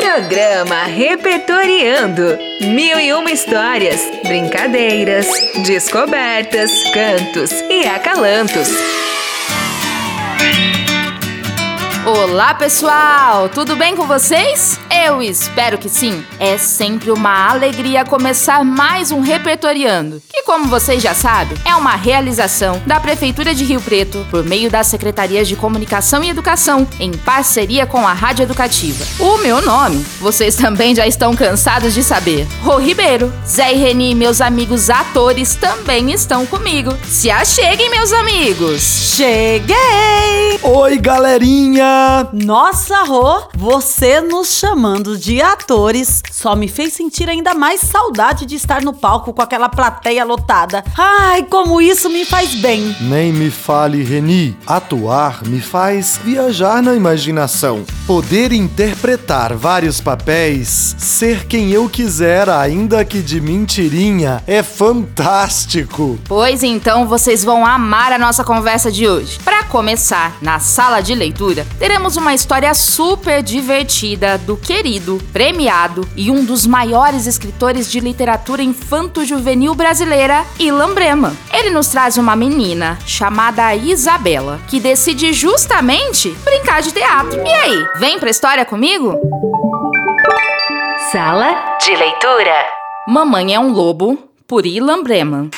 Programa Repertoriando. 1001 histórias, brincadeiras, descobertas, cantos e acalantos. Olá, pessoal! Tudo bem com vocês? Eu espero que sim! É sempre uma alegria começar mais um Repertoriando, que, como vocês já sabem, é uma realização da Prefeitura de Rio Preto por meio das Secretarias de Comunicação e Educação, em parceria com a Rádio Educativa. O meu nome, vocês também já estão cansados de saber. Rô Ribeiro, Zé e Reni, meus amigos atores, também estão comigo. Se acheguem, meus amigos! Cheguei! Oi, galerinha! Nossa, Rô, você nos chamando de atores só me fez sentir ainda mais saudade de estar no palco com aquela plateia lotada. Ai, como isso me faz bem. Nem me fale, Reni. Atuar me faz viajar na imaginação. Poder interpretar vários papéis, ser quem eu quiser, ainda que de mentirinha, é fantástico. Pois então vocês vão amar a nossa conversa de hoje. Para começar, na sala de leitura, teremos uma história super divertida do querido, premiado e um dos maiores escritores de literatura infanto-juvenil brasileira, Ilan Brema. Ele nos traz uma menina chamada Isabela, que decide justamente brincar de teatro. E aí, vem pra história comigo? Sala de leitura. Mamãe é um Lobo, por Ilan Brema.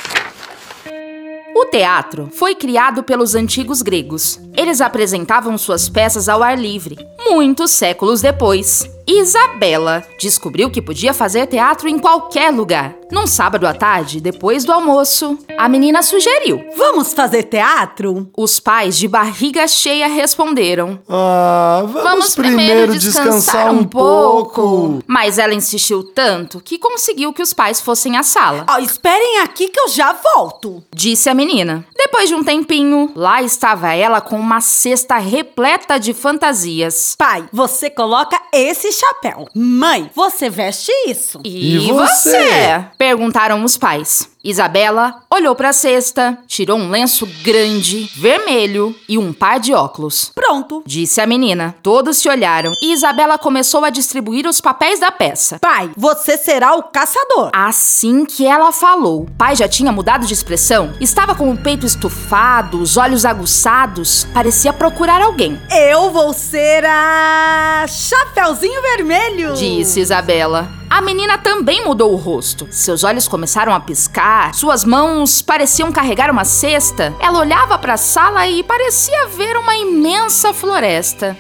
O teatro foi criado pelos antigos gregos. Eles apresentavam suas peças ao ar livre. Muitos séculos depois, Isabela descobriu que podia fazer teatro em qualquer lugar. Num sábado à tarde, depois do almoço, a menina sugeriu: Vamos fazer teatro? Os pais, de barriga cheia, responderam: Vamos primeiro descansar um pouco. Mas ela insistiu tanto que conseguiu que os pais fossem à sala. Esperem aqui que eu já volto, disse a menina. Depois de um tempinho, lá estava ela com uma cesta repleta de fantasias. Pai, você coloca esse chapéu. Mãe, você veste isso. E você? Perguntaram os pais. Isabela olhou para a cesta, tirou um lenço grande, vermelho e um par de óculos. Pronto, disse a menina. Todos se olharam e Isabela começou a distribuir os papéis da peça. Pai, você será o caçador. Assim que ela falou, o pai já tinha mudado de expressão. Estava com o peito estufado, os olhos aguçados. Parecia procurar alguém. Eu vou ser a Chapeuzinho Vermelho, disse Isabela. A menina também mudou o rosto. Seus olhos começaram a piscar, suas mãos pareciam carregar uma cesta. Ela olhava para a sala e parecia ver uma imensa floresta.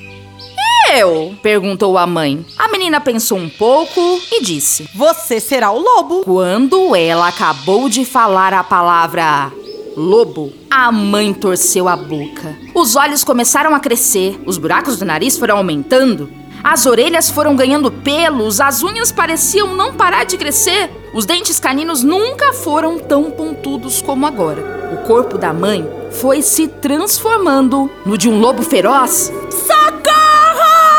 Eu? Perguntou a mãe. A menina pensou um pouco e disse: Você será o lobo. Quando ela acabou de falar a palavra lobo, a mãe torceu a boca. Os olhos começaram a crescer, os buracos do nariz foram aumentando. As orelhas foram ganhando pelos, as unhas pareciam não parar de crescer. Os dentes caninos nunca foram tão pontudos como agora. O corpo da mãe foi se transformando no de um lobo feroz. Socorro!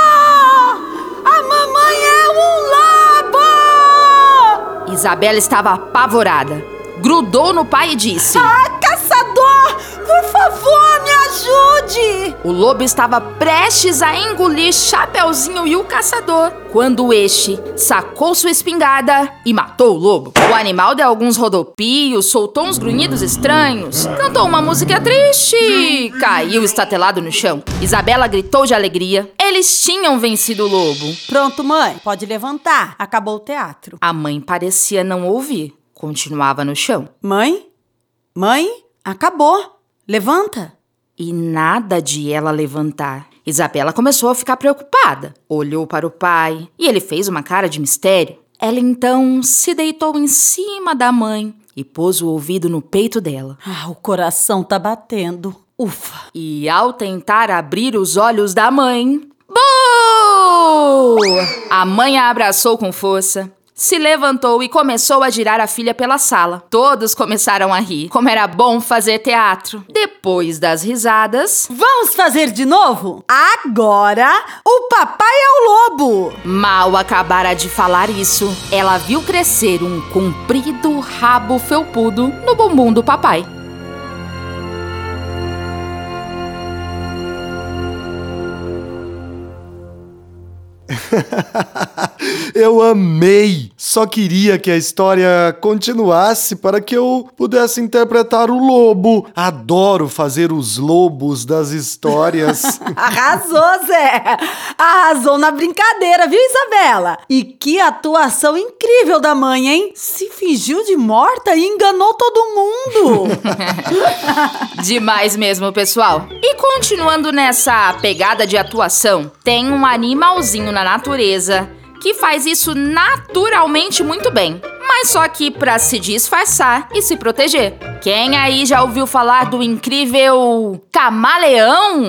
A mamãe é um lobo! Isabela estava apavorada. Grudou no pai e disse: caçador! Por favor, me ajude! O lobo estava prestes a engolir Chapeuzinho e o caçador, quando este sacou sua espingarda e matou o lobo. O animal deu alguns rodopios, soltou uns grunhidos estranhos, cantou uma música triste e caiu estatelado no chão. Isabela gritou de alegria. Eles tinham vencido o lobo. Pronto, mãe, pode levantar. Acabou o teatro. A mãe parecia não ouvir. Continuava no chão. Mãe? Mãe? Acabou. Levanta. E nada de ela levantar. Isabela começou a ficar preocupada. Olhou para o pai e ele fez uma cara de mistério. Ela então se deitou em cima da mãe e pôs o ouvido no peito dela. O coração tá batendo. Ufa. E ao tentar abrir os olhos da mãe... Buu! A mãe a abraçou com força. Se levantou e começou a girar a filha pela sala. Todos começaram a rir. Como era bom fazer teatro. Depois das risadas... Vamos fazer de novo? Agora, o papai é o lobo! Mal acabara de falar isso, ela viu crescer um comprido rabo felpudo no bumbum do papai. Eu amei! Só queria que a história continuasse para que eu pudesse interpretar o lobo. Adoro fazer os lobos das histórias. Arrasou, Zé! Arrasou na brincadeira, viu, Isabela? E que atuação incrível da mãe, hein? Se fingiu de morta e enganou todo mundo. Demais mesmo, pessoal. E continuando nessa pegada de atuação, tem um animalzinho na natureza que faz isso naturalmente muito bem, mas só que pra se disfarçar e se proteger. Quem aí já ouviu falar do incrível camaleão?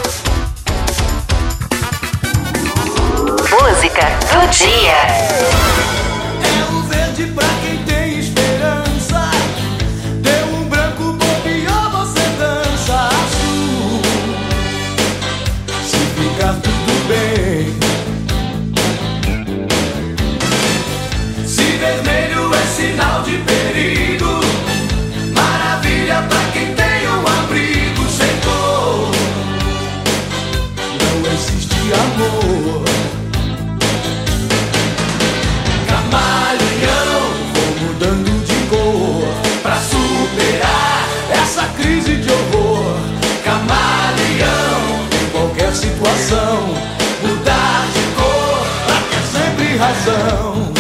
Música do dia. É o verde pra quem tem esperança. Deu um branco, bobeou, você dança azul. Se ficar tudo bem. Se vermelho é sinal de perigo. Maravilha pra quem tem um abrigo sem cor. Não existe amor. Camaleão, vou mudando de cor pra superar essa crise de horror. Camaleão, em qualquer situação, mudar de cor pra ter sempre razão.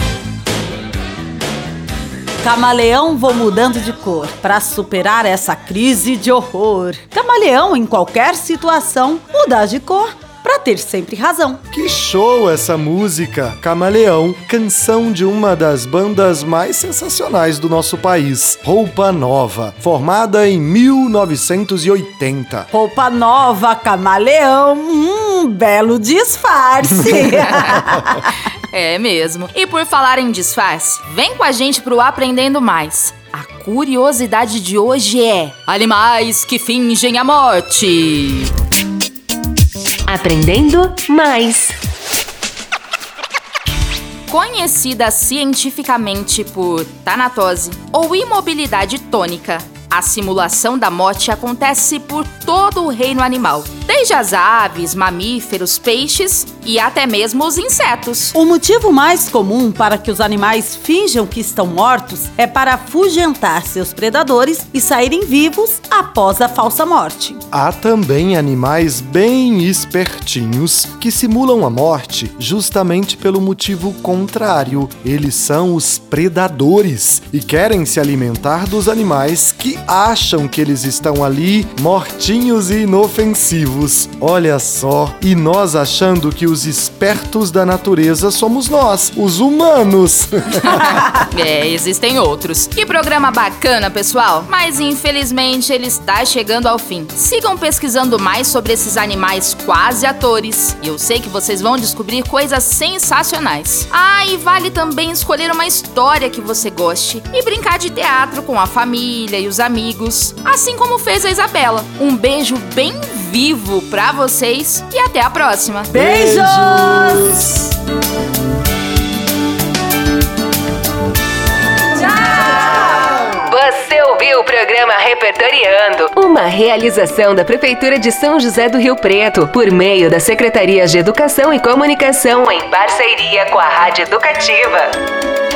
Camaleão, vou mudando de cor pra superar essa crise de horror. Camaleão, em qualquer situação, mudar de cor pra ter sempre razão. Que show essa música! Camaleão, canção de uma das bandas mais sensacionais do nosso país, Roupa Nova, formada em 1980. Roupa nova, camaleão, belo disfarce. É mesmo. E por falar em disfarce, vem com a gente pro Aprendendo Mais. A curiosidade de hoje é: animais que fingem a morte. Aprendendo mais. Conhecida cientificamente por tanatose ou imobilidade tônica, a simulação da morte acontece por todo o reino animal, desde as aves, mamíferos, peixes e até mesmo os insetos. O motivo mais comum para que os animais finjam que estão mortos é para afugentar seus predadores e saírem vivos após a falsa morte. Há também animais bem espertinhos que simulam a morte justamente pelo motivo contrário. Eles são os predadores e querem se alimentar dos animais que acham que eles estão ali mortinhos e inofensivos. Olha só, e nós achando que os espertos da natureza somos nós, os humanos. Existem outros. Que programa bacana, pessoal! Mas infelizmente ele está chegando ao fim. Sigam pesquisando mais sobre esses animais quase atores. E eu sei que vocês vão descobrir coisas sensacionais. Ah, e vale também escolher uma história que você goste e brincar de teatro com a família e os amigos, assim como fez a Isabela. Um beijo bem vivo pra vocês e até a próxima. Beijos! Você ouviu o programa Repertoriando, uma realização da Prefeitura de São José do Rio Preto, por meio da Secretaria de Educação e Comunicação, em parceria com a Rádio Educativa.